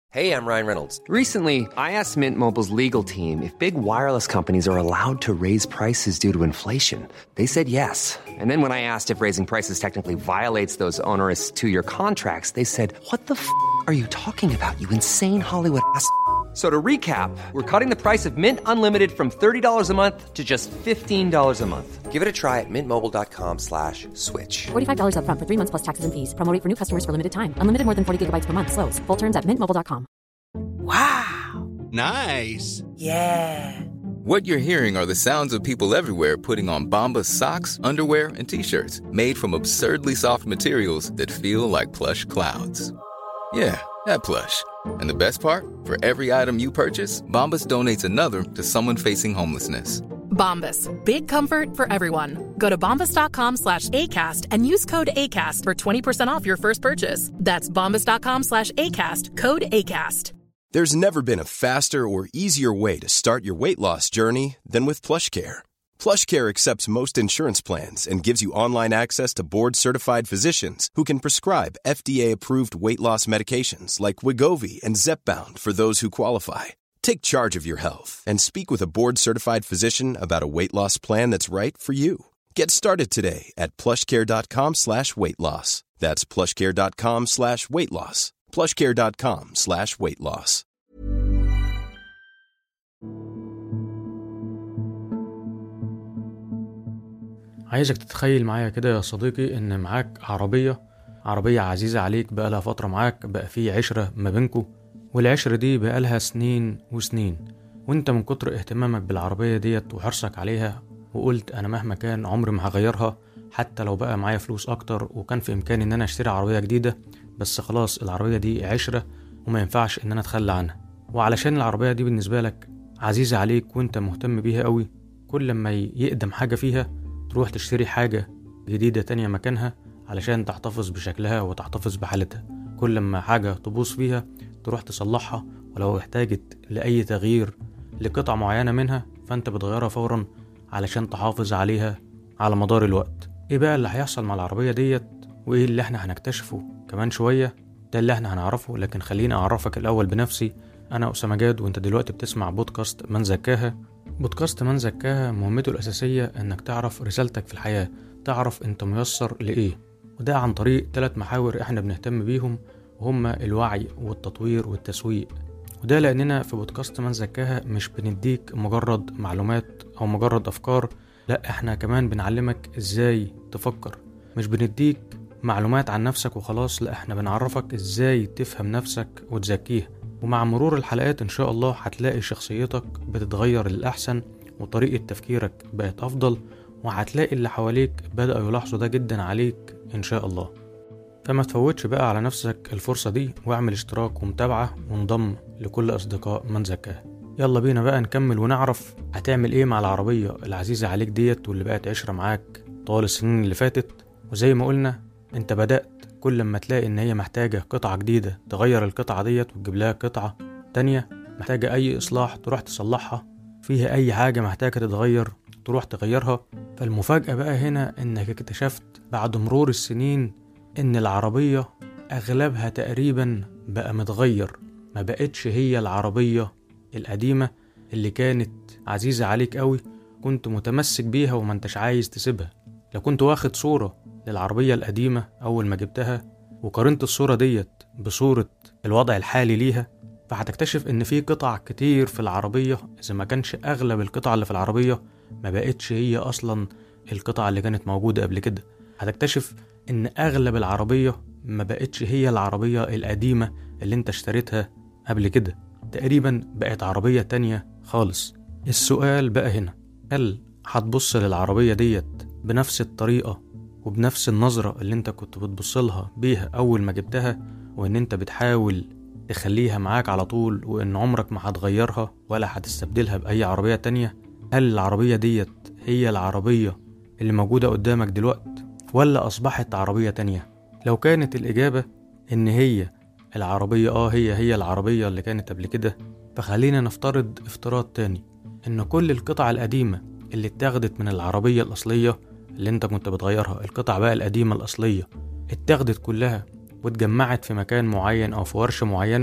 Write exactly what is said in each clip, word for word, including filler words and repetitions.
Hey, I'm Ryan Reynolds. Recently, I asked Mint Mobile's legal team if big wireless companies are allowed to raise prices due to inflation. They said yes. And then when I asked if raising prices technically violates those onerous two-year contracts, they said, "What the f*** are you talking about, you insane Hollywood ass?" So to recap, we're cutting the price of Mint Unlimited from thirty dollars a month to just fifteen dollars a month. Give it a try at mintmobile.com slash switch. forty-five dollars up front for three months plus taxes and fees. Promo rate for new customers for limited time. Unlimited more than forty gigabytes per month. Slows full terms at mint mobile dot com. Wow. Nice. Yeah. What you're hearing are the sounds of people everywhere putting on Bombas socks, underwear, and T-shirts made from absurdly soft materials that feel like plush clouds. Yeah, that plush. And the best part? For every item you purchase, Bombas donates another to someone facing homelessness. Bombas. Big comfort for everyone. Go to bombas.com slash ACAST and use code ACAST for twenty percent off your first purchase. That's bombas.com slash ACAST. Code ACAST. There's never been a faster or easier way to start your weight loss journey than with PlushCare. PlushCare accepts most insurance plans and gives you online access to board-certified physicians who can prescribe F D A-approved weight loss medications like Wegovy and Zepbound for those who qualify. Take charge of your health and speak with a board-certified physician about a weight loss plan that's right for you. Get started today at plushcare.com slash weight loss. That's plushcare.com slash weight loss. plushcare.com slash weight loss. عايزك تتخيل معايا كده يا صديقي ان معاك عربية عربية عزيزة عليك بقالها فترة معاك، بقى في عشرة ما بينكو، والعشرة دي بقالها سنين وسنين، وانت من كتر اهتمامك بالعربية ديت وحرصك عليها وقلت انا مهما كان عمري ما هغيرها، حتى لو بقى معايا فلوس اكتر وكان في امكاني ان انا اشتري عربية جديدة، بس خلاص العربية دي عشرة وما ينفعش ان انا اتخلى عنها. وعلشان العربية دي بالنسبة لك عزيزة عليك وانت مهتم بيها قوي، كل ما يقدم حاجة فيها تروح تشتري حاجة جديدة تانية مكانها علشان تحتفظ بشكلها وتحتفظ بحالتها. كل ما حاجة تبوظ فيها تروح تصلحها، ولو احتاجت لأي تغيير لقطع معينة منها فانت بتغيرها فورا علشان تحافظ عليها على مدار الوقت. ايه بقى اللي هيحصل مع العربية ديت وايه اللي احنا هنكتشفه كمان شوية؟ ده اللي احنا هنعرفه، لكن خليني اعرفك الاول بنفسي. انا أسامة جاد وانت دلوقتي بتسمع بودكاست من زكاها. بودكاست من زكاها مهمته الأساسية انك تعرف رسالتك في الحياة، تعرف انت ميسر لإيه، وده عن طريق ثلاث محاور احنا بنهتم بيهم، وهما الوعي والتطوير والتسويق. وده لأننا في بودكاست من زكاها مش بنديك مجرد معلومات أو مجرد أفكار، لا احنا كمان بنعلمك ازاي تفكر. مش بنديك معلومات عن نفسك وخلاص، لا احنا بنعرفك ازاي تفهم نفسك وتزكيها. ومع مرور الحلقات ان شاء الله هتلاقي شخصيتك بتتغير للأحسن، وطريقة تفكيرك بقت أفضل، وهتلاقي اللي حواليك بدأوا يلاحظوا ده جدا عليك ان شاء الله. فما تفوتش بقى على نفسك الفرصة دي، واعمل اشتراك ومتابعة وانضم لكل أصدقاء من زكاها. يلا بينا بقى نكمل ونعرف هتعمل ايه مع العربية العزيزة عليك ديت واللي بقت عشرة معاك طوال السنين اللي فاتت. وزي ما قلنا انت بدأت كل ما تلاقي ان هي محتاجة قطعة جديدة تغير القطعة ديت وتجيب لها قطعة تانية، محتاجة اي اصلاح تروح تصلحها، فيها اي حاجة محتاجة تتغير تروح تغيرها. فالمفاجأة بقى هنا انك اكتشفت بعد مرور السنين ان العربية اغلبها تقريبا بقى متغير، ما بقتش هي العربية القديمة اللي كانت عزيزة عليك قوي، كنت متمسك بيها وما انتش عايز تسيبها. لو كنت واخد صورة للعربية القديمة أول ما جبتها وقارنت الصورة ديت بصورة الوضع الحالي ليها، فهتكتشف ان في قطع كتير في العربية، إذا ما كانش أغلب القطع اللي في العربية ما بقتش هي أصلا القطع اللي كانت موجودة قبل كده. هتكتشف ان أغلب العربية ما بقتش هي العربية القديمة اللي انت اشتريتها قبل كده، تقريبا بقت عربية تانية خالص. السؤال بقى هنا، هل هتبص للعربية ديت بنفس الطريقة وبنفس النظرة اللي انت كنت بتبصلها بيها أول ما جبتها، وان انت بتحاول تخليها معاك على طول وان عمرك ما هتغيرها ولا هتستبدلها بأي عربية تانية؟ هل العربية ديت هي العربية اللي موجودة قدامك دلوقت ولا أصبحت عربية تانية؟ لو كانت الإجابة ان هي العربية اه هي هي العربية اللي كانت قبل كده، فخلينا نفترض افتراض تاني، ان كل القطع القديمة اللي اتاخدت من العربية الأصلية اللي انت كنت بتغيرها، القطع بقى القديمة الأصلية اتاخدت كلها واتجمعت في مكان معين أو في ورشة معينة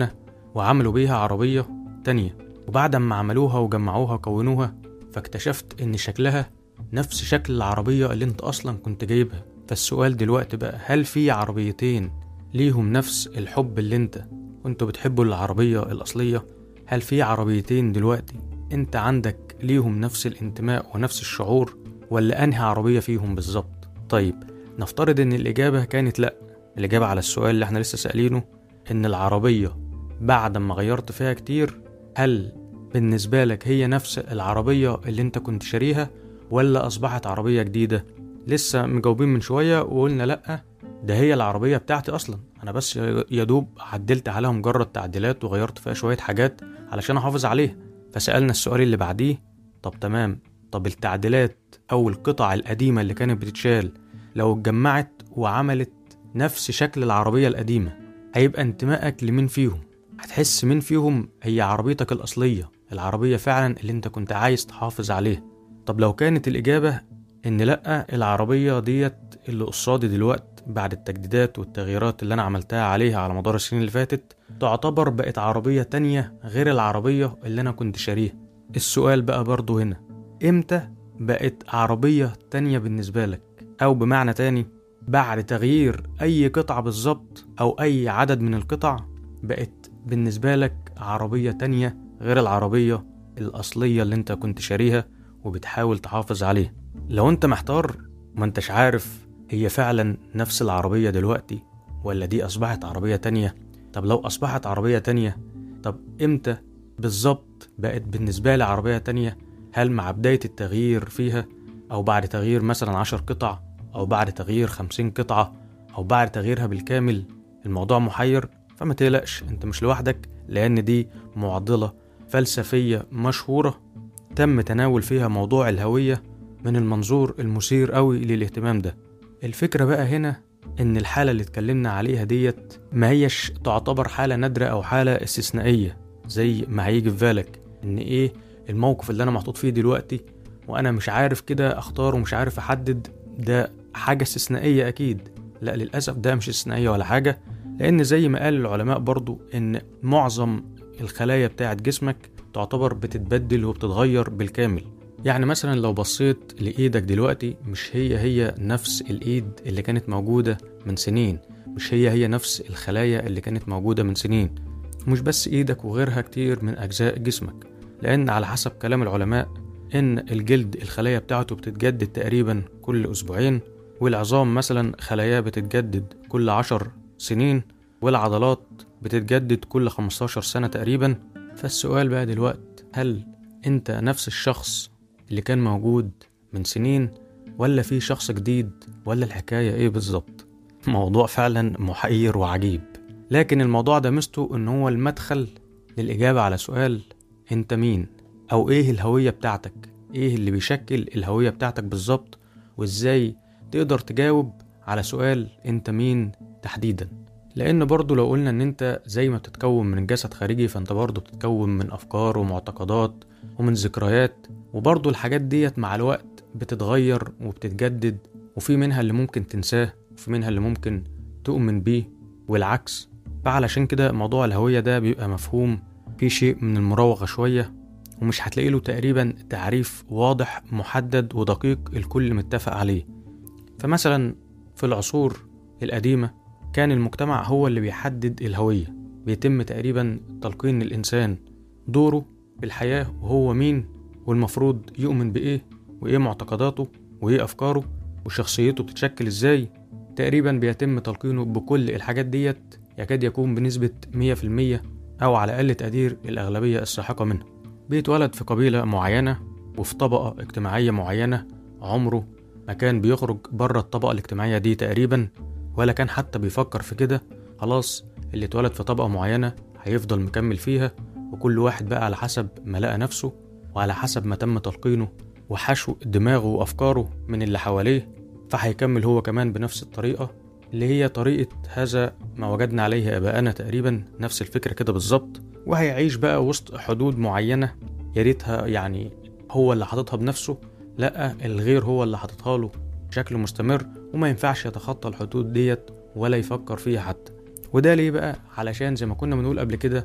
وعملوا بيها عربية تانية، وبعد ما عملوها وجمعوها وكونوها فاكتشفت ان شكلها نفس شكل العربية اللي انت اصلا كنت جايبها. فالسؤال دلوقتي بقى، هل في عربيتين ليهم نفس الحب اللي انت كنتوا بتحبوا العربية الاصلية؟ هل في عربيتين دلوقتي انت عندك ليهم نفس الانتماء ونفس الشعور، ولا انهي عربية فيهم بالظبط؟ طيب نفترض ان الاجابة كانت لا. الاجابة على السؤال اللي احنا لسه سألينه ان العربية بعد ما غيرت فيها كتير، هل بالنسبة لك هي نفس العربية اللي انت كنت شاريها ولا اصبحت عربية جديدة؟ لسه مجاوبين من شوية وقلنا لا، ده هي العربية بتاعتي اصلا، انا بس يدوب عدلت عليها مجرد تعديلات وغيرت فيها شوية حاجات علشان احافظ عليها. فسألنا السؤال اللي بعديه، طب تمام، طب التعديلات او القطع القديمة اللي كانت بتتشال لو اتجمعت وعملت نفس شكل العربية القديمة، هيبقى انتمائك لمين فيهم؟ هتحس مين فيهم هي عربيتك الأصلية، العربية فعلا اللي انت كنت عايز تحافظ عليها؟ طب لو كانت الإجابة ان لأ، العربية ديت اللي قصادي دلوقت بعد التجديدات والتغييرات اللي انا عملتها عليها على مدار السنين اللي فاتت تعتبر بقت عربية تانية غير العربية اللي انا كنت شاريها. السؤال بقى برضو هنا، امتى بقت عربية تانية بالنسبة لك؟ او بمعنى تاني، بعد تغيير اي قطعة بالظبط او اي عدد من القطع بقت بالنسبة لك عربية تانية غير العربية الأصلية اللي انت كنت شاريها وبتحاول تحافظ عليها. لو انت محتار ما انتش عارف هي فعلا نفس العربية دلوقتي ولا دي أصبحت عربية تانية، طب لو أصبحت عربية تانية، طب امتى بالظبط بقت بالنسبة لي عربية تانية؟ هل مع بداية التغيير فيها، أو بعد تغيير مثلا عشر قطع، أو بعد تغيير خمسين قطعة، أو بعد تغييرها بالكامل؟ الموضوع محير، فما تقلقش، انت مش لوحدك، لأن دي معضلة فلسفية مشهورة تم تناول فيها موضوع الهوية من المنظور المثير قوي للاهتمام ده. الفكرة بقى هنا ان الحالة اللي اتكلمنا عليها ديت ما هيش تعتبر حالة نادرة او حالة استثنائية زي ما هيجي في بالك ان ايه الموقف اللي انا محطوط فيه دلوقتي وانا مش عارف كده اختار ومش عارف احدد، ده حاجة استثنائية اكيد. لا للأسف ده مش استثنائية ولا حاجة، لان زي ما قال العلماء برضو ان معظم الخلايا بتاعت جسمك تعتبر بتتبدل وبتتغير بالكامل. يعني مثلا لو بصيت لإيدك دلوقتي مش هي هي نفس الإيد اللي كانت موجودة من سنين، مش هي هي نفس الخلايا اللي كانت موجودة من سنين. مش بس إيدك وغيرها كتير من أجزاء جسمك، لأن على حسب كلام العلماء إن الجلد الخلايا بتاعته بتتجدد تقريبا كل أسبوعين، والعظام مثلا خلايا بتتجدد كل عشر سنين، والعضلات بتتجدد كل خمستاشر سنة تقريبا. فالسؤال بقى دلوقتي، هل انت نفس الشخص اللي كان موجود من سنين ولا في شخص جديد، ولا الحكاية ايه بالظبط؟ موضوع فعلا محير وعجيب، لكن الموضوع ده مستو ان هو المدخل للإجابة على سؤال انت مين، او ايه الهوية بتاعتك، ايه اللي بيشكل الهوية بتاعتك بالظبط، وازاي تقدر تجاوب على سؤال انت مين تحديدا. لان برضو لو قلنا ان انت زي ما بتتكون من جسد خارجي، فانت برضو بتتكون من افكار ومعتقدات ومن ذكريات، وبرضو الحاجات ديت مع الوقت بتتغير وبتتجدد، وفي منها اللي ممكن تنساه وفي منها اللي ممكن تؤمن بيه والعكس. فعلشان كده موضوع الهوية ده بيبقى مفهوم في شيء من المراوغة شوية، ومش هتلاقي له تقريبا تعريف واضح محدد ودقيق الكل متفق عليه. فمثلا في العصور القديمة كان المجتمع هو اللي بيحدد الهوية، بيتم تقريبا تلقين الإنسان دوره بالحياة وهو مين، والمفروض يؤمن بإيه، وإيه معتقداته، وإيه أفكاره، وشخصيته بتتشكل إزاي. تقريبا بيتم تلقينه بكل الحاجات ديت، يكاد يكون بنسبة مية في المية أو على أقل تقدير الأغلبية الساحقة منها. بيتولد في قبيلة معينة وفي طبقة اجتماعية معينة، عمره ما كان بيخرج بره الطبقة الاجتماعية دي تقريبا، ولا كان حتى بيفكر في كده. خلاص اللي اتولد في طبقة معينة هيفضل مكمل فيها، وكل واحد بقى على حسب ما لقى نفسه وعلى حسب ما تم تلقينه وحشو دماغه وأفكاره من اللي حواليه، فهيكمل هو كمان بنفس الطريقة اللي هي طريقة هذا ما وجدنا عليه آباءنا تقريبا، نفس الفكرة كده بالظبط. وهيعيش بقى وسط حدود معينة ياريتها يعني هو اللي حاططها بنفسه، لأ الغير هو اللي حاططها له بشكل مستمر، وما ينفعش يتخطى الحدود ديت ولا يفكر فيها حتى. وده ليه بقى؟ علشان زي ما كنا بنقول قبل كده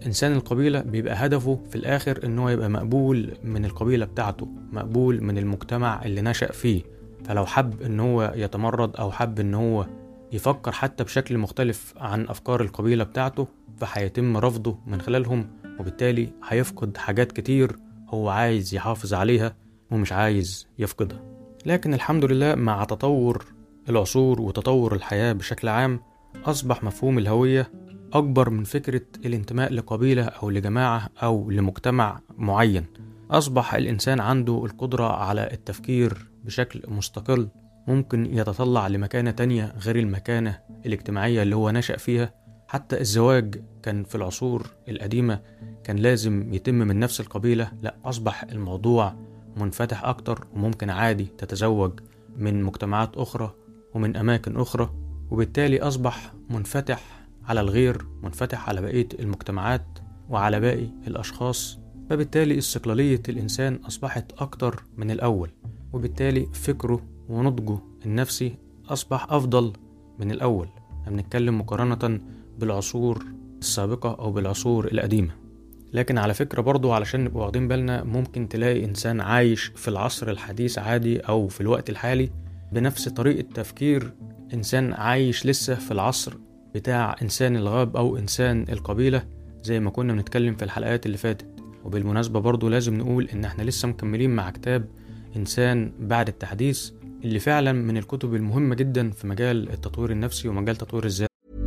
إنسان القبيلة بيبقى هدفه في الآخر إنه يبقى مقبول من القبيلة بتاعته، مقبول من المجتمع اللي نشأ فيه. فلو حب إنه يتمرد أو حب إنه يفكر حتى بشكل مختلف عن أفكار القبيلة بتاعته، فهيتم رفضه من خلالهم، وبالتالي هيفقد حاجات كتير هو عايز يحافظ عليها ومش عايز يفقدها. لكن الحمد لله مع تطور العصور وتطور الحياة بشكل عام، أصبح مفهوم الهوية أكبر من فكرة الانتماء لقبيلة أو لجماعة أو لمجتمع معين. أصبح الإنسان عنده القدرة على التفكير بشكل مستقل، ممكن يتطلع لمكانة تانية غير المكانة الاجتماعية اللي هو نشأ فيها. حتى الزواج كان في العصور القديمة كان لازم يتم من نفس القبيلة، لا، أصبح الموضوع منفتح أكتر، وممكن عادي تتزوج من مجتمعات أخرى ومن أماكن أخرى، وبالتالي أصبح منفتح على الغير، منفتح على بقية المجتمعات وعلى باقي الأشخاص. فبالتالي استقلالية الإنسان أصبحت أكتر من الأول، وبالتالي فكره ونضجه النفسي أصبح أفضل من الأول. بنتكلم مقارنة بالعصور السابقة أو بالعصور القديمة. لكن على فكرة برضو علشان نبقى واخدين بالنا، ممكن تلاقي إنسان عايش في العصر الحديث عادي أو في الوقت الحالي بنفس طريقة تفكير إنسان عايش لسه في العصر بتاع إنسان الغاب أو إنسان القبيلة، زي ما كنا بنتكلم في الحلقات اللي فاتت. وبالمناسبة برضو لازم نقول إن احنا لسه مكملين مع كتاب إنسان بعد التحديث، اللي فعلا من الكتب المهمة جدا في مجال التطوير النفسي ومجال تطوير الذات.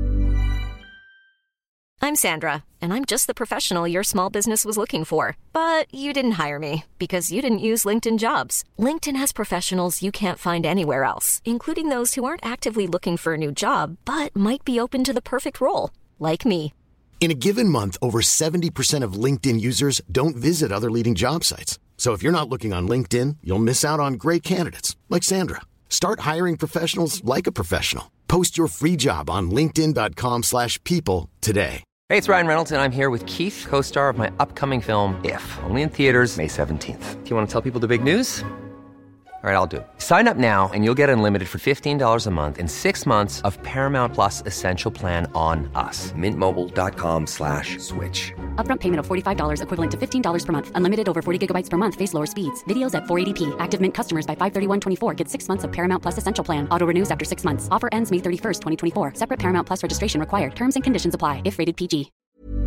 I'm Sandra, and I'm just the professional your small business was looking for. But you didn't hire me because you didn't use LinkedIn Jobs. LinkedIn has professionals you can't find anywhere else, including those who aren't actively looking for a new job, but might be open to the perfect role, like me. In a given month, over seventy percent of LinkedIn users don't visit other leading job sites. So if you're not looking on LinkedIn, you'll miss out on great candidates like Sandra. Start hiring professionals like a professional. Post your free job on linkedin dot com slash people today. Hey, it's Ryan Reynolds, and I'm here with Keith, co-star of my upcoming film, If, only in theaters May seventeenth. Do you want to tell people the big news? All right, I'll do it. Sign up now and you'll get unlimited for fifteen dollars a month and six months of Paramount Plus Essential Plan on us. mint mobile dot com slash switch. Upfront payment of forty-five dollars equivalent to fifteen dollars per month. Unlimited over forty gigabytes per month. Face lower speeds. Videos at four eighty p. Active Mint customers by five thirty-one twenty-four get six months of Paramount Plus Essential Plan. Auto renews after six months. Offer ends May thirty-first, twenty twenty-four. Separate Paramount Plus registration required. Terms and conditions apply if rated بي جي.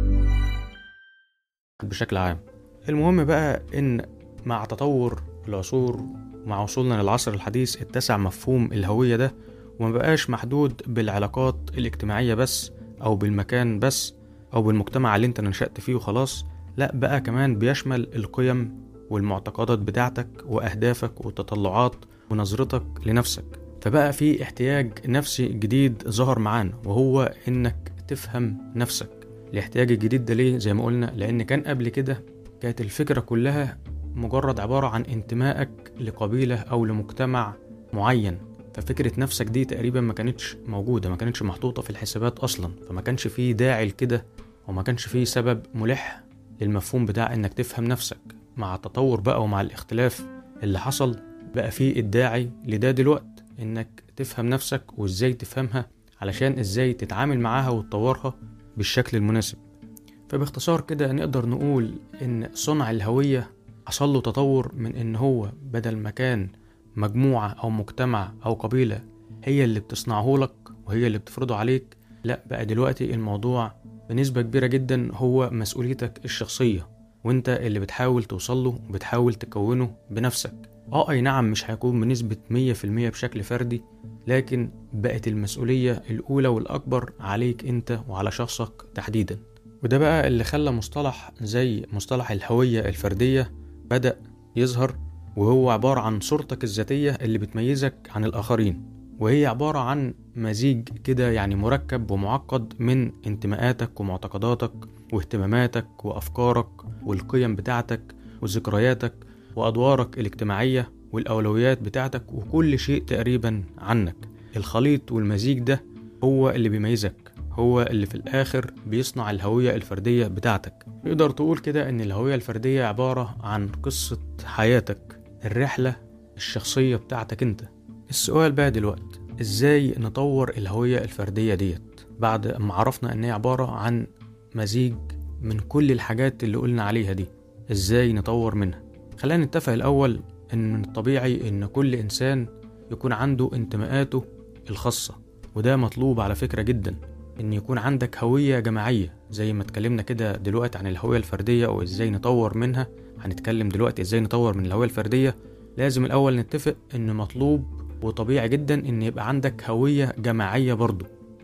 بشكل عام. المهم بقى إن مع تطور العصور ومع وصولنا للعصر الحديث اتسع مفهوم الهوية ده، وما بقاش محدود بالعلاقات الاجتماعية بس أو بالمكان بس أو بالمجتمع اللي انت نشأت فيه وخلاص. لا، بقى كمان بيشمل القيم والمعتقدات بتاعتك وأهدافك وتطلعات ونظرتك لنفسك. فبقى في احتياج نفسي جديد ظهر معانا، وهو إنك تفهم نفسك. الاحتياج الجديد ده ليه؟ زي ما قلنا لأن كان قبل كده كانت الفكرة كلها مجرد عبارة عن انتمائك لقبيلة أو لمجتمع معين. ففكرة نفسك دي تقريبا ما كانتش موجودة، ما كانتش محطوطة في الحسابات أصلا. فما كانش فيه داعي لكده، وما كانش فيه سبب ملح للمفهوم بتاع إنك تفهم نفسك. مع التطور بقى ومع الاختلاف اللي حصل بقى فيه الداعي لده دلوقت، إنك تفهم نفسك وإزاي تفهمها علشان إزاي تتعامل معاها وتطورها بالشكل المناسب. فباختصار كده نقدر نقول إن صنع الهوية حصل له تطور من إن هو بدل ما كان مجموعة أو مجتمع أو قبيلة هي اللي بتصنعه لك وهي اللي بتفرضه عليك، لا، بقى دلوقتي الموضوع بنسبة كبيرة جدا هو مسؤوليتك الشخصية، وانت اللي بتحاول توصله وبتحاول تكونه بنفسك. اه اي نعم مش هيكون بنسبة مية في المية بشكل فردي، لكن بقت المسؤولية الأولى والأكبر عليك انت وعلى شخصك تحديدا. وده بقى اللي خلى مصطلح زي مصطلح الهوية الفردية بدأ يظهر، وهو عبارة عن صورتك الذاتية اللي بتميزك عن الآخرين. وهي عبارة عن مزيج كده يعني مركب ومعقد من انتماءاتك ومعتقداتك واهتماماتك وأفكارك والقيم بتاعتك وذكرياتك وأدوارك الاجتماعية والأولويات بتاعتك وكل شيء تقريبا عنك. الخليط والمزيج ده هو اللي بيميزك، هو اللي في الآخر بيصنع الهوية الفردية بتاعتك. يقدر تقول كده إن الهوية الفردية عبارة عن قصة حياتك، الرحلة الشخصية بتاعتك انت. السؤال بقى دلوقتي، ازاي نطور الهوية الفردية ديت بعد ما عرفنا ان هي عبارة عن مزيج من كل الحاجات اللي قلنا عليها دي؟ ازاي نطور منها؟ خلينا نتفق الأول ان من الطبيعي ان كل إنسان يكون عنده انتماءاته الخاصة، وده مطلوب على فكرة جدا، ان يكون عندك هوية جماعية. زي ما اتكلمنا كده دلوقتي عن الهوية الفردية وازاي نطور منها، هنتكلم دلوقتي ازاي نطور من الهوية الفردية. لازم الأول نتفق ان مطلوب وطبيعي جدا ان يبقى عندك هوية جماعية برضو.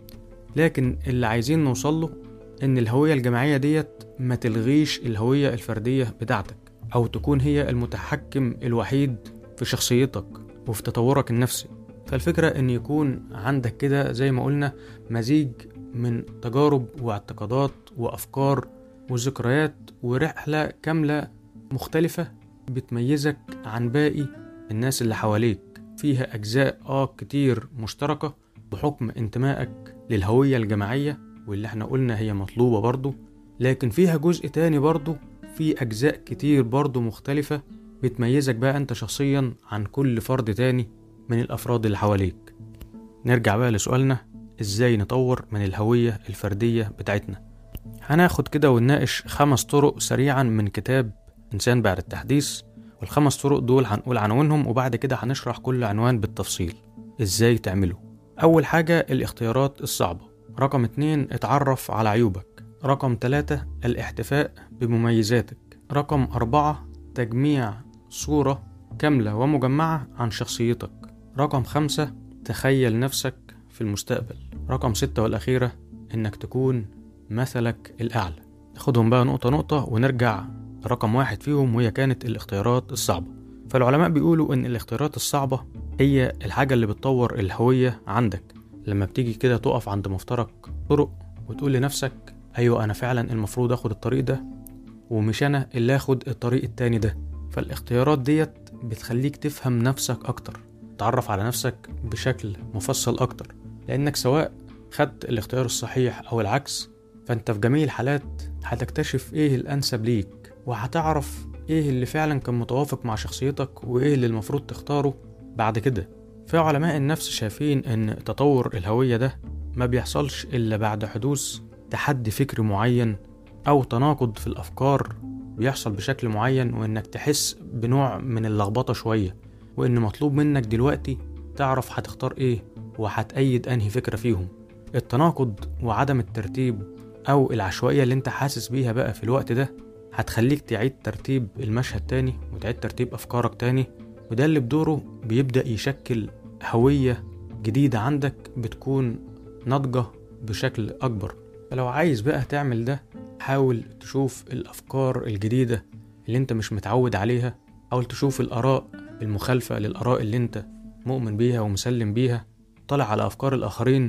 لكن اللي عايزين نوصله ان الهوية الجماعية ديت ما تلغيش الهوية الفردية بتاعتك، او تكون هي المتحكم الوحيد في شخصيتك وفي تطورك النفسي. فالفكرة ان يكون عندك كده زي ما قلنا مزيج من تجارب واعتقادات وافكار وذكريات ورحلة كاملة مختلفة بتميزك عن باقي الناس اللي حواليك، فيها اجزاء اه كتير مشتركة بحكم انتمائك للهوية الجماعية واللي احنا قلنا هي مطلوبة برضو، لكن فيها جزء تاني برضو في اجزاء كتير برضو مختلفة بتميزك بقى انت شخصيا عن كل فرد تاني من الافراد اللي حواليك. نرجع بقى لسؤالنا، ازاي نطور من الهوية الفردية بتاعتنا؟ هناخد كده ونناقش خمس طرق سريعا من كتاب إنسان بعد التحديث، والخمس طرق دول هنقول عنوانهم وبعد كده هنشرح كل عنوان بالتفصيل ازاي تعمله. اول حاجة الاختيارات الصعبة. رقم اتنين اتعرف على عيوبك. رقم تلاتة الاحتفاء بمميزاتك. رقم أربعة تجميع صورة كاملة ومجمعة عن شخصيتك. رقم خمسة تخيل نفسك في المستقبل. رقم ستة والأخيرة إنك تكون مثلك الأعلى. ناخدهم بقى نقطة نقطة ونرجع رقم واحد فيهم، وهي كانت الاختيارات الصعبة. فالعلماء بيقولوا إن الاختيارات الصعبة هي الحاجة اللي بتطور الهوية عندك. لما بتيجي كده تقف عند مفترق طرق وتقول لنفسك أيوة أنا فعلا المفروض أخد الطريق ده ومش أنا اللي أخد الطريق التاني ده. فالاختيارات ديت بتخليك تفهم نفسك أكتر، تعرف على نفسك بشكل مفصل أكتر، لأنك سواء خدت الاختيار الصحيح أو العكس فأنت في جميع الحالات هتكتشف إيه الأنسب ليك، وهتعرف إيه اللي فعلا كان متوافق مع شخصيتك وإيه اللي المفروض تختاره بعد كده. فعلماء النفس شايفين إن تطور الهوية ده ما بيحصلش إلا بعد حدوث تحدي فكري معين أو تناقض في الأفكار بيحصل بشكل معين، وإنك تحس بنوع من اللخبطة شوية، وإن مطلوب منك دلوقتي تعرف هتختار إيه وهتأيد أنهي فكرة فيهم. التناقض وعدم الترتيب أو العشوائية اللي انت حاسس بيها بقى في الوقت ده هتخليك تعيد ترتيب المشهد تاني وتعيد ترتيب أفكارك تاني، وده اللي بدوره بيبدأ يشكل هوية جديدة عندك بتكون ناضجة بشكل أكبر. فلو عايز بقى تعمل ده حاول تشوف الأفكار الجديدة اللي انت مش متعود عليها، حاول تشوف الآراء المخالفة للآراء اللي انت مؤمن بيها ومسلم بيها، طلع على أفكار الآخرين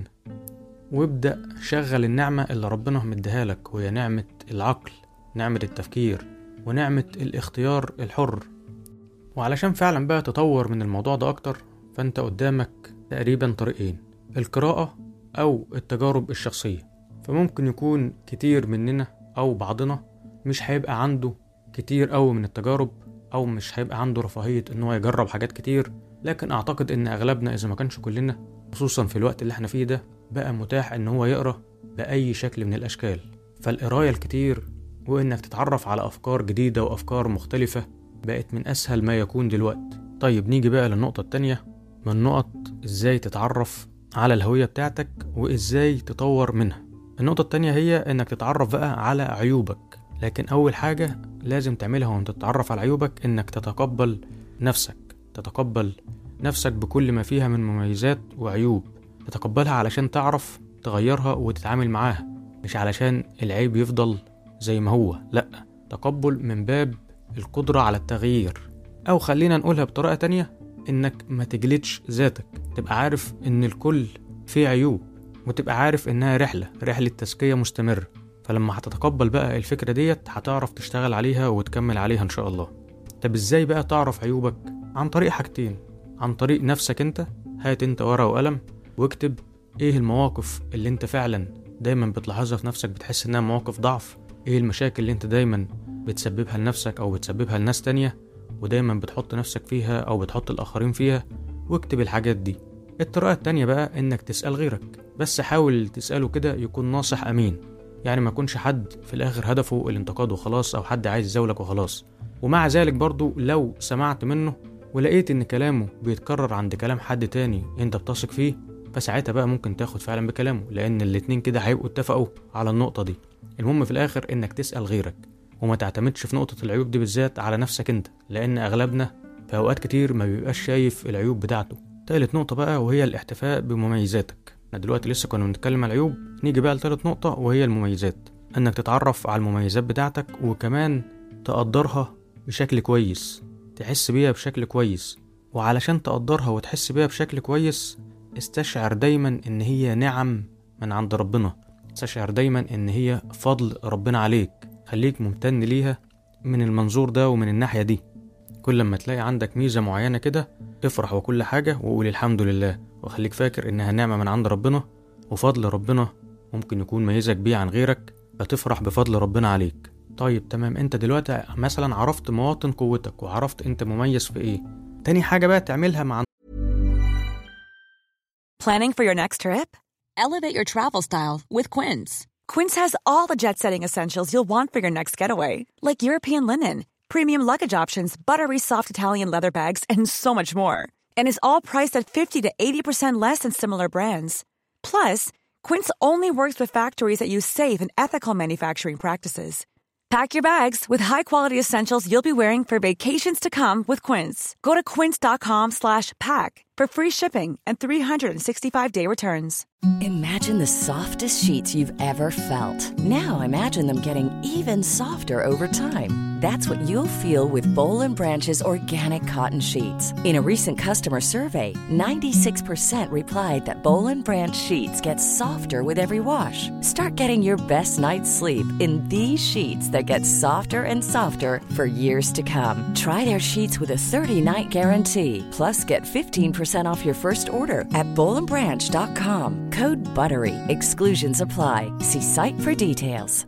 وابدأ شغل النعمة اللي ربنا مديها لك، وهي نعمة العقل، نعمة التفكير، ونعمة الاختيار الحر. وعلشان فعلا بقى تطور من الموضوع ده أكتر فانت قدامك تقريبا طريقين، القراءة أو التجارب الشخصية. فممكن يكون كتير مننا أو بعضنا مش هيبقى عنده كتير أوي من التجارب، أو مش هيبقى عنده رفاهية إنه يجرب حاجات كتير، لكن أعتقد إن أغلبنا إذا ما كانش كلنا خصوصا في الوقت اللي احنا فيه ده بقى متاح إن هو يقرأ بأي شكل من الأشكال. فالقراية الكتير وإنك تتعرف على أفكار جديدة وأفكار مختلفة بقت من أسهل ما يكون دلوقتي. طيب نيجي بقى للنقطة التانية من نقط إزاي تتعرف على الهوية بتاعتك وإزاي تطور منها. النقطة التانية هي إنك تتعرف بقى على عيوبك، لكن أول حاجة لازم تعملها وانت تتعرف على عيوبك إنك تتقبل نفسك، تتقبل نفسك بكل ما فيها من مميزات وعيوب، تتقبلها علشان تعرف تغيرها وتتعامل معاها، مش علشان العيب يفضل زي ما هو، لأ، تقبل من باب القدرة على التغيير. أو خلينا نقولها بطريقة تانية، إنك ما تجلدش ذاتك، تبقى عارف إن الكل فيه عيوب، وتبقى عارف إنها رحلة رحلة تزكية مستمرة. فلما هتتقبل بقى الفكرة ديت هتعرف تشتغل عليها وتكمل عليها إن شاء الله. طب إزاي بقى تعرف عيوبك؟ عن طريق حاجتين، عن طريق نفسك انت. هات انت ورقة وقلم واكتب ايه المواقف اللي انت فعلا دايما بتلاحظها في نفسك بتحس انها مواقف ضعف، ايه المشاكل اللي انت دايما بتسببها لنفسك او بتسببها لناس تانية ودايما بتحط نفسك فيها او بتحط الاخرين فيها، واكتب الحاجات دي. الطريقة التانية بقى انك تسأل غيرك، بس حاول تسأله كده يكون ناصح امين، يعني ما يكونش حد في الآخر هدفه الانتقاد وخلاص، أو حد عايز يزاولك وخلاص. ومع ذلك برضو لو سمعت منه ولقيت إن كلامه بيتكرر عند كلام حد تاني أنت بتثق فيه، فساعتها بقى ممكن تاخد فعلا بكلامه، لأن الاتنين كده هيبقوا اتفقوا على النقطة دي. المهم في الآخر إنك تسأل غيرك، وما تعتمدش في نقطة العيوب دي بالذات على نفسك أنت، لأن أغلبنا في أوقات كتير ما بيبقاش شايف العيوب بتاعته. تالت نقطة بقى وهي الاحتفاء بمميزاتك. احنا دلوقتي لسه كنا بنتكلم على العيوب، نيجي بقى لتالت نقطة وهي المميزات. انك تتعرف على المميزات بتاعتك، وكمان تقدرها بشكل كويس، تحس بيها بشكل كويس. وعلشان تقدرها وتحس بيها بشكل كويس، استشعر دايما ان هي نعم من عند ربنا، استشعر دايما ان هي فضل ربنا عليك. خليك ممتن ليها من المنظور ده ومن الناحية دي. كل لما تلاقي عندك ميزة معينة كده افرح وكل حاجة وقول الحمد لله، وخليك فاكر انها نعمة من عند ربنا وفضل ربنا ممكن يكون ميزك بيه عن غيرك، فتفرح بفضل ربنا عليك. طيب تمام، انت دلوقتي مثلا عرفت مواطن قوتك وعرفت انت مميز في ايه. تاني حاجة بقى تعملها مع Planning for your next trip? Elevate your travel style with Quince. Quince has all the jet-setting essentials you'll want for your next getaway, like European linen, premium luggage options, buttery soft Italian leather bags, and so much more. And is all priced at fifty to eighty percent less than similar brands. Plus, Quince only works with factories that use safe and ethical manufacturing practices. Pack your bags with high-quality essentials you'll be wearing for vacations to come with Quince. Go to quince.com slash pack for free shipping and three sixty-five day returns. Imagine the softest sheets you've ever felt. Now imagine them getting even softer over time. That's what you'll feel with Boll and Branch's organic cotton sheets. In a recent customer survey, ninety-six percent replied that Boll and Branch sheets get softer with every wash. Start getting your best night's sleep in these sheets that get softer and softer for years to come. Try their sheets with a thirty night guarantee. Plus, get fifteen percent off your first order at boll and branch dot com. Code BUTTERY. Exclusions apply. See site for details.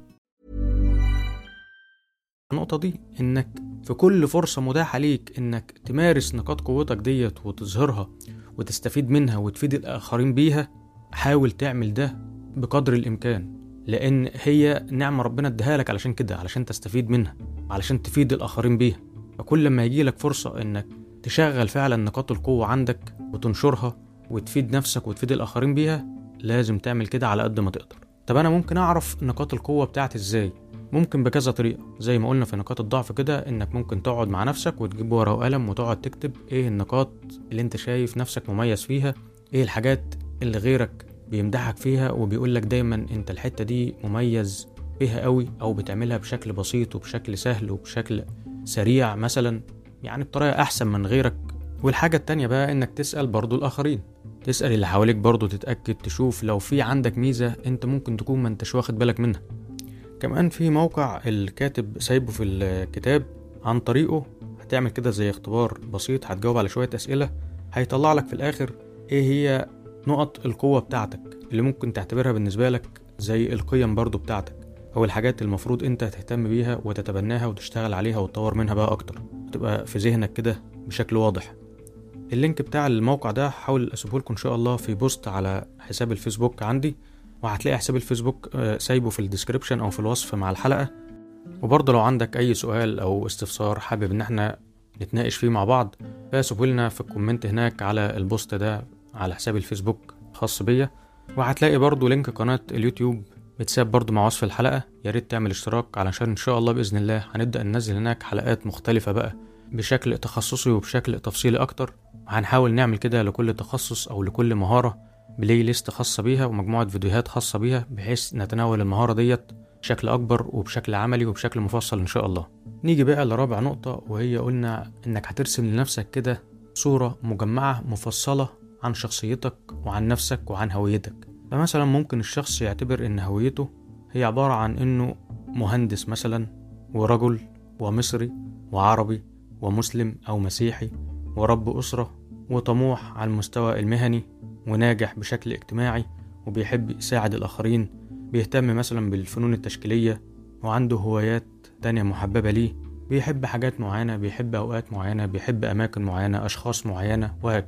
النقطة دي انك في كل فرصة متاحة ليك انك تمارس نقاط قوتك ديت وتظهرها وتستفيد منها وتفيد الآخرين بيها، حاول تعمل ده بقدر الإمكان، لأن هي نعمة ربنا اداها لك علشان كده، علشان تستفيد منها، علشان تفيد الآخرين بيها. فكل لما يجي لك فرصة انك تشغل فعلا نقاط القوة عندك وتنشرها وتفيد نفسك وتفيد الآخرين بيها، لازم تعمل كده على قد ما تقدر. طب أنا ممكن أعرف نقاط القوة بتاعتي إزاي؟ ممكن بكذا طريقة، زي ما قلنا في نقاط الضعف كده، إنك ممكن تقعد مع نفسك وتجيب ورقة وقلم وتقعد تكتب إيه النقاط اللي أنت شايف نفسك مميز فيها، إيه الحاجات اللي غيرك بيمدحك فيها وبيقولك دايما أنت الحتة دي مميز فيها قوي، أو بتعملها بشكل بسيط وبشكل سهل وبشكل سريع مثلا، يعني بطريقة أحسن من غيرك. والحاجة التانية بقى إنك تسأل برضو الآخرين، تسأل اللي حواليك برضو، تتأكد تشوف لو في عندك ميزة انت ممكن تكون ما انتش واخد بالك منها. كمان في موقع الكاتب سايبه في الكتاب، عن طريقه هتعمل كده زي اختبار بسيط، هتجاوب على شوية أسئلة، هيطلع لك في الآخر ايه هي نقط القوة بتاعتك اللي ممكن تعتبرها بالنسبة لك زي القيم برضو بتاعتك، أو الحاجات المفروض انت تهتم بيها وتتبناها وتشتغل عليها وتطور منها بقى أكتر، تبقى في ذهنك كده بشكل واضح. اللينك بتاع الموقع ده حاول اسيبه لكم ان شاء الله في بوست على حساب الفيسبوك عندي، وهتلاقي حساب الفيسبوك سايبه في الديسكريبشن او في الوصف مع الحلقة. وبرضه لو عندك اي سؤال او استفسار حابب ان احنا نتناقش فيه مع بعض، فسيبه لنا في الكومنت هناك على البوست ده على حساب الفيسبوك خاص بيا. وهتلاقي برضه لينك قناة اليوتيوب بتساب برضه مع وصف الحلقة، يا ريت تعمل اشتراك علشان ان شاء الله باذن الله هنبدأ ننزل هناك حلقات مختلفة بقى بشكل تخصصي وبشكل تفصيلي اكتر. هنحاول نعمل كده لكل تخصص او لكل مهارة بلاي ليست خاصة بيها ومجموعة فيديوهات خاصة بيها، بحيث نتناول المهارة ديت بشكل اكبر وبشكل عملي وبشكل مفصل ان شاء الله. نيجي بقى لرابع نقطة، وهي قلنا انك هترسم لنفسك كده صورة مجمعة مفصلة عن شخصيتك وعن نفسك وعن هويتك. فمثلا ممكن الشخص يعتبر ان هويته هي عبارة عن انه مهندس مثلا، ورجل، ومصري، وعربي، ومسلم أو مسيحي، ورب أسرة، وطموح على المستوى المهني، وناجح بشكل اجتماعي، وبيحب يساعد الآخرين، بيهتم مثلا بالفنون التشكيلية، وعنده هوايات تانية محببة ليه، بيحب حاجات معينة، بيحب أوقات معينة، بيحب أماكن معينة، أشخاص معينة، وهكذا.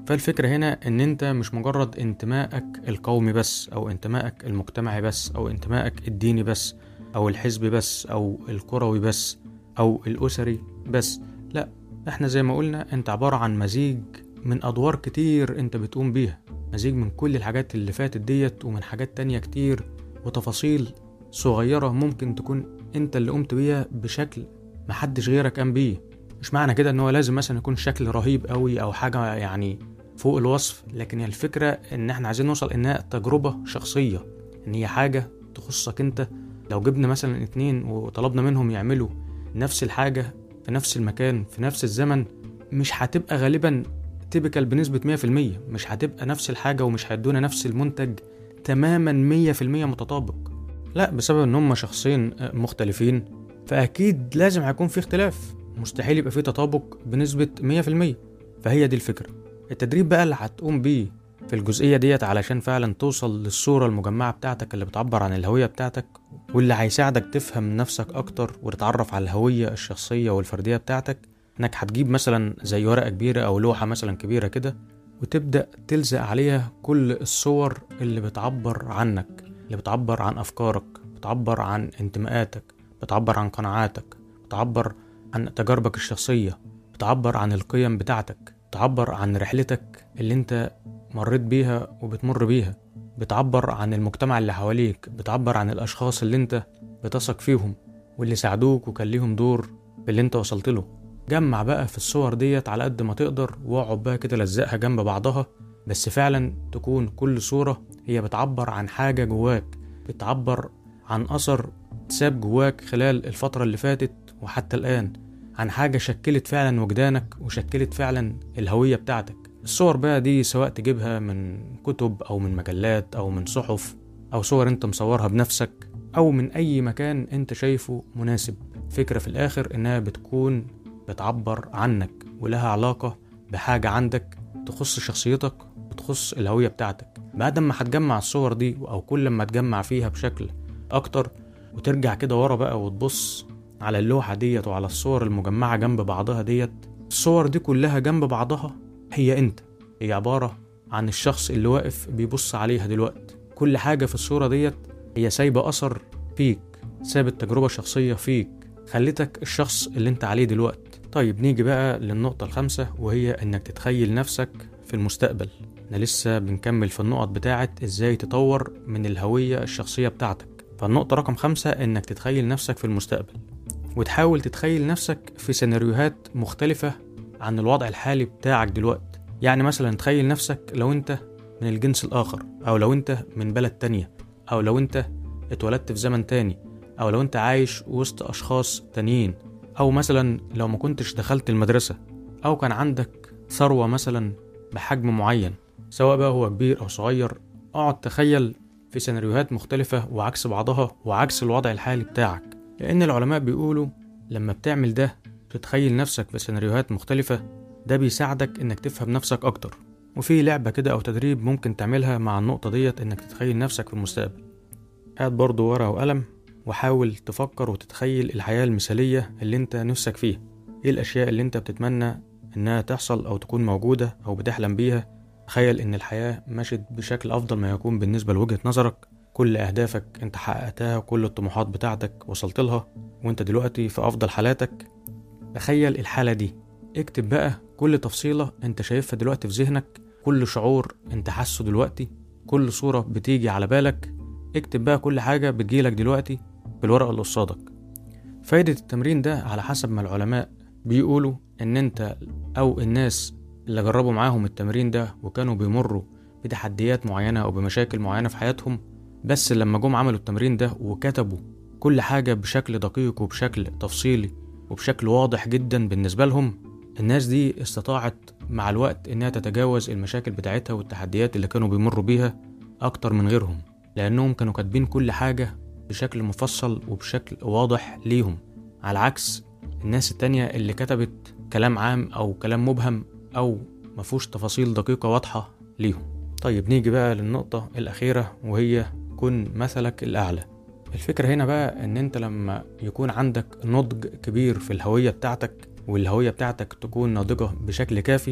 فالفكرة هنا ان انت مش مجرد انتمائك القومي بس، او انتمائك المجتمعي بس، او انتمائك الديني بس، او الحزبي بس، او الكروي بس، او الاسري بس. لا، احنا زي ما قلنا انت عبارة عن مزيج من ادوار كتير انت بتقوم بيها، مزيج من كل الحاجات اللي فاتت ديت ومن حاجات تانية كتير وتفاصيل صغيرة ممكن تكون انت اللي قمت بيها بشكل محدش غيرك قام بيه. مش معنى كده ان هو لازم مثلا يكون شكل رهيب قوي او حاجة يعني فوق الوصف، لكن هي الفكرة ان احنا عايزين نوصل انها تجربة شخصية، ان هي حاجة تخصك انت. لو جبنا مثلا اتنين وطلبنا منهم يعملوا نفس الحاجة في نفس المكان في نفس الزمن، مش هتبقى غالبا تيبيكال بنسبة مية في المية، مش هتبقى نفس الحاجة ومش هيدونا نفس المنتج تماما مية في المية متطابق. لا، بسبب ان هم شخصين مختلفين فاكيد لازم هيكون في اختلاف، مستحيل يبقى في تطابق بنسبة مية في المية. فهي دي الفكرة. التدريب بقى اللي هتقوم بيه في الجزئية ديت علشان فعلا توصل للصورة المجمعة بتاعتك اللي بتعبر عن الهوية بتاعتك، واللي هيساعدك تفهم نفسك اكتر وتتعرف على الهوية الشخصية والفردية بتاعتك، انك هتجيب مثلا زي ورقة كبيرة او لوحة مثلا كبيرة كده وتبدأ تلزق عليها كل الصور اللي بتعبر عنك، اللي بتعبر عن افكارك، بتعبر عن انتماءاتك، بتعبر عن قناعاتك، بتعبر عن تجاربك الشخصية، بتعبر عن القيم بتاعتك، بتعبر عن رحلتك اللي انت مريت بيها وبتمر بيها، بتعبر عن المجتمع اللي حواليك، بتعبر عن الاشخاص اللي انت بتثق فيهم واللي ساعدوك وكان ليهم دور في اللي انت وصلت له. جمع بقى في الصور ديت على قد ما تقدر واقعد بقى كده لزقها جنب بعضها، بس فعلا تكون كل صورة هي بتعبر عن حاجة جواك، بتعبر عن أثر ساب جواك خلال الفترة اللي فاتت وحتى الآن، عن حاجة شكلت فعلا وجدانك وشكلت فعلا الهوية بتاعتك. الصور بقى دي سواء تجيبها من كتب أو من مجلات أو من صحف أو صور انت مصورها بنفسك أو من أي مكان انت شايفه مناسب. فكرة في الآخر إنها بتكون بتعبر عنك ولها علاقة بحاجة عندك تخص شخصيتك وتخص الهوية بتاعتك. بعد ما هتجمع الصور دي أو كل ما تجمع فيها بشكل أكتر وترجع كده ورا بقى وتبص على اللوحة ديت وعلى الصور المجمعة جنب بعضها ديت، الصور دي كلها جنب بعضها هي انت، هي عبارة عن الشخص اللي واقف بيبص عليها دلوقتي. كل حاجة في الصورة ديت هي سايبة أثر فيك، سابت تجربة شخصية فيك خلتك الشخص اللي انت عليه دلوقتي. طيب نيجي بقى للنقطة الخامسة، وهي انك تتخيل نفسك في المستقبل. احنا لسه بنكمل في النقط بتاعت ازاي تطور من الهوية الشخصية بتاعتك. فالنقطة رقم خمسة انك تتخيل نفسك في المستقبل وتحاول تتخيل نفسك في سيناريوهات مختلفة عن الوضع الحالي بتاعك دلوقتي. يعني مثلا تخيل نفسك لو انت من الجنس الآخر، او لو انت من بلد تانية، او لو انت اتولدت في زمن تاني، او لو انت عايش وسط اشخاص تانيين، او مثلا لو ما كنتش دخلت المدرسة، او كان عندك ثروة مثلا بحجم معين سواء بقى هو كبير او صغير. اقعد تخيل في سيناريوهات مختلفة وعكس بعضها وعكس الوضع الحالي بتاعك، لان العلماء بيقولوا لما بتعمل ده تتخيل نفسك في سيناريوهات مختلفة، ده بيساعدك انك تفهم نفسك اكتر. وفي لعبة كده او تدريب ممكن تعملها مع النقطة ديت انك تتخيل نفسك في المستقبل. هات برضو ورقة وقلم وحاول تفكر وتتخيل الحياة المثالية اللي انت نفسك فيها. ايه الاشياء اللي انت بتتمنى انها تحصل او تكون موجودة او بتحلم بيها. تخيل ان الحياة ماشت بشكل افضل ما يكون بالنسبة لوجهة نظرك، كل اهدافك انت حققتها وكل الطموحات بتاعتك وصلت لها وانت دلوقتي في افضل حالاتك. تخيل الحالة دي، اكتب بقى كل تفصيلة انت شايفها دلوقتي في ذهنك، كل شعور انت حاسه دلوقتي، كل صورة بتيجي على بالك، اكتب بقى كل حاجة بتجيلك دلوقتي في الورقة اللي قصادك. فايدة التمرين ده على حسب ما العلماء بيقولوا ان انت او الناس اللي جربوا معاهم التمرين ده وكانوا بيمروا بتحديات معينة او بمشاكل معينة في حياتهم، بس لما جم عملوا التمرين ده وكتبوا كل حاجة بشكل دقيق وبشكل تفصيلي وبشكل واضح جدا بالنسبة لهم، الناس دي استطاعت مع الوقت انها تتجاوز المشاكل بتاعتها والتحديات اللي كانوا بيمروا بيها اكتر من غيرهم، لانهم كانوا كاتبين كل حاجة بشكل مفصل وبشكل واضح ليهم، على عكس الناس التانية اللي كتبت كلام عام او كلام مبهم او مفوش تفاصيل دقيقة واضحة ليهم. طيب نيجي بقى للنقطة الاخيرة، وهي كن مثلك الاعلى. الفكرة هنا بقى ان انت لما يكون عندك نضج كبير في الهوية بتاعتك والهوية بتاعتك تكون ناضجة بشكل كافي،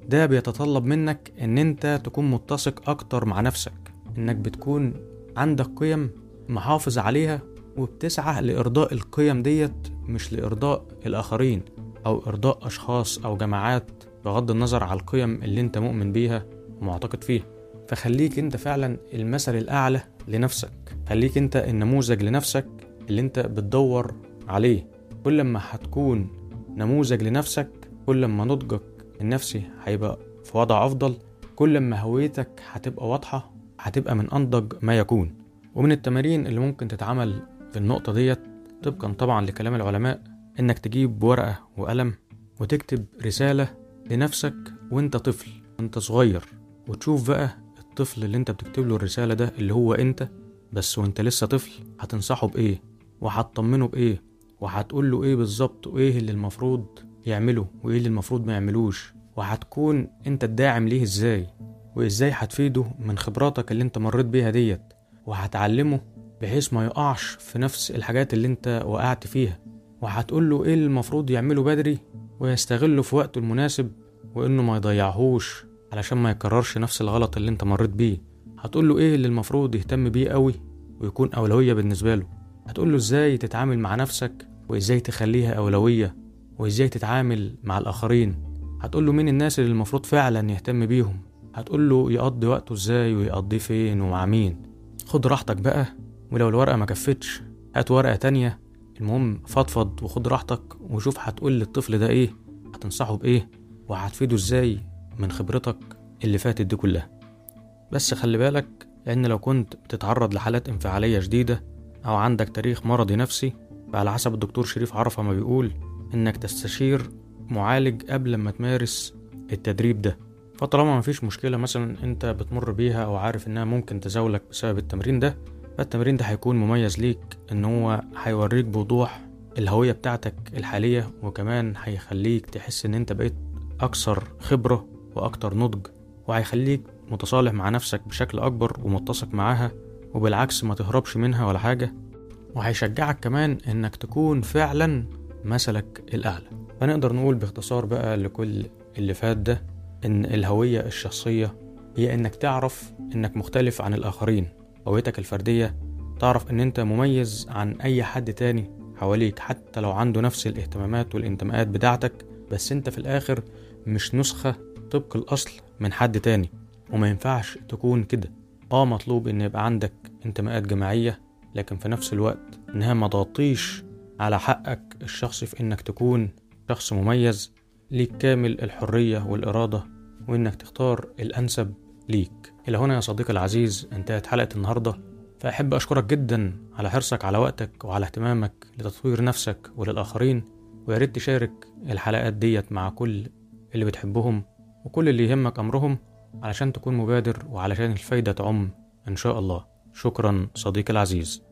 ده بيتطلب منك ان انت تكون متسق اكتر مع نفسك، انك بتكون عندك قيم محافظ عليها وبتسعى لإرضاء القيم ديت، مش لإرضاء الآخرين أو إرضاء أشخاص أو جماعات بغض النظر على القيم اللي انت مؤمن بيها ومعتقد فيها. فخليك انت فعلا المثل الأعلى لنفسك، خليك انت النموذج لنفسك اللي انت بتدور عليه. كل ما هتكون نموذج لنفسك كل ما نضجك النفسي هيبقى في وضع أفضل، كل ما هويتك هتبقى واضحة، هتبقى من أنضج ما يكون. ومن التمارين اللي ممكن تتعمل في النقطة ديت طبقا طبعا لكلام العلماء، انك تجيب ورقة وقلم وتكتب رسالة لنفسك وانت طفل وانت صغير، وتشوف بقى الطفل اللي انت بتكتب له الرسالة ده اللي هو انت بس وانت لسه طفل هتنصحه بايه وهتطمنه بايه وهتقول له ايه بالظبط وايه اللي المفروض يعمله وايه اللي المفروض ما يعملوش، وهتكون انت الداعم ليه ازاي، وازاي هتفيده من خبراتك اللي انت مريت بيها ديت، وهتعلمه بحيث ما يقعش في نفس الحاجات اللي انت وقعت فيها، وهتقول له ايه اللي المفروض يعمله بدري ويستغله في وقته المناسب، وانه ما يضيعهوش علشان ما يكررش نفس الغلط اللي انت مريت بيه. هتقول له ايه اللي المفروض يهتم بيه قوي ويكون أولوية بالنسبة له. هتقول له ازاي تتعامل مع نفسك وازاي تخليها أولوية، وازاي تتعامل مع الآخرين. هتقول له مين الناس اللي المفروض فعلا يهتم بيهم. هتقول له يقضي وقته ازاي ويقضيه فين ومع مين. خد راحتك بقى، ولو الورقة ما كفتش هات ورقة تانية. المهم فضفض وخد راحتك وشوف هتقول للطفل ده ايه، هتنصحه بايه، وهتفيده ازاي من خبرتك اللي فاتت دي كلها. بس خلي بالك، لأن لو كنت بتتعرض لحالات انفعالية شديدة أو عندك تاريخ مرضي نفسي، فعلى حسب الدكتور شريف عرفة ما بيقول إنك تستشير معالج قبل ما تمارس التدريب ده. فطالما ما فيش مشكلة مثلا أنت بتمر بيها أو عارف إنها ممكن تزاولك بسبب التمرين ده، فالتمرين ده هيكون مميز ليك، إن هو هيوريك بوضوح الهوية بتاعتك الحالية، وكمان هيخليك تحس إن أنت بقيت أكثر خبرة وأكتر نضج، وهيخليك متصالح مع نفسك بشكل أكبر ومتسق معاها، وبالعكس ما تهربش منها ولا حاجة. وهيشجعك كمان إنك تكون فعلا مثلك الأعلى. فنقدر نقول باختصار بقى لكل اللي فات ده إن الهوية الشخصية هي إنك تعرف إنك مختلف عن الآخرين. هويتك الفردية تعرف إن أنت مميز عن أي حد تاني حواليك، حتى لو عنده نفس الاهتمامات والانتماءات بتاعتك، بس أنت في الآخر مش نسخة طبق الأصل من حد تاني، وما ينفعش تكون كده. آه مطلوب إن يبقى عندك انتماءات جماعية، لكن في نفس الوقت إنها ما تغطيش على حقك الشخصي في إنك تكون شخص مميز. ليك كامل الحرية والإرادة، وإنك تختار الأنسب ليك. إلى هنا يا صديقي العزيز انتهت حلقة النهاردة، فأحب أشكرك جدا على حرصك على وقتك وعلى اهتمامك لتطوير نفسك وللآخرين. وياريت تشارك الحلقات ديت مع كل اللي بتحبهم وكل اللي يهمك أمرهم، علشان تكون مبادر وعلشان الفايدة تعم إن شاء الله. شكرا صديقي العزيز.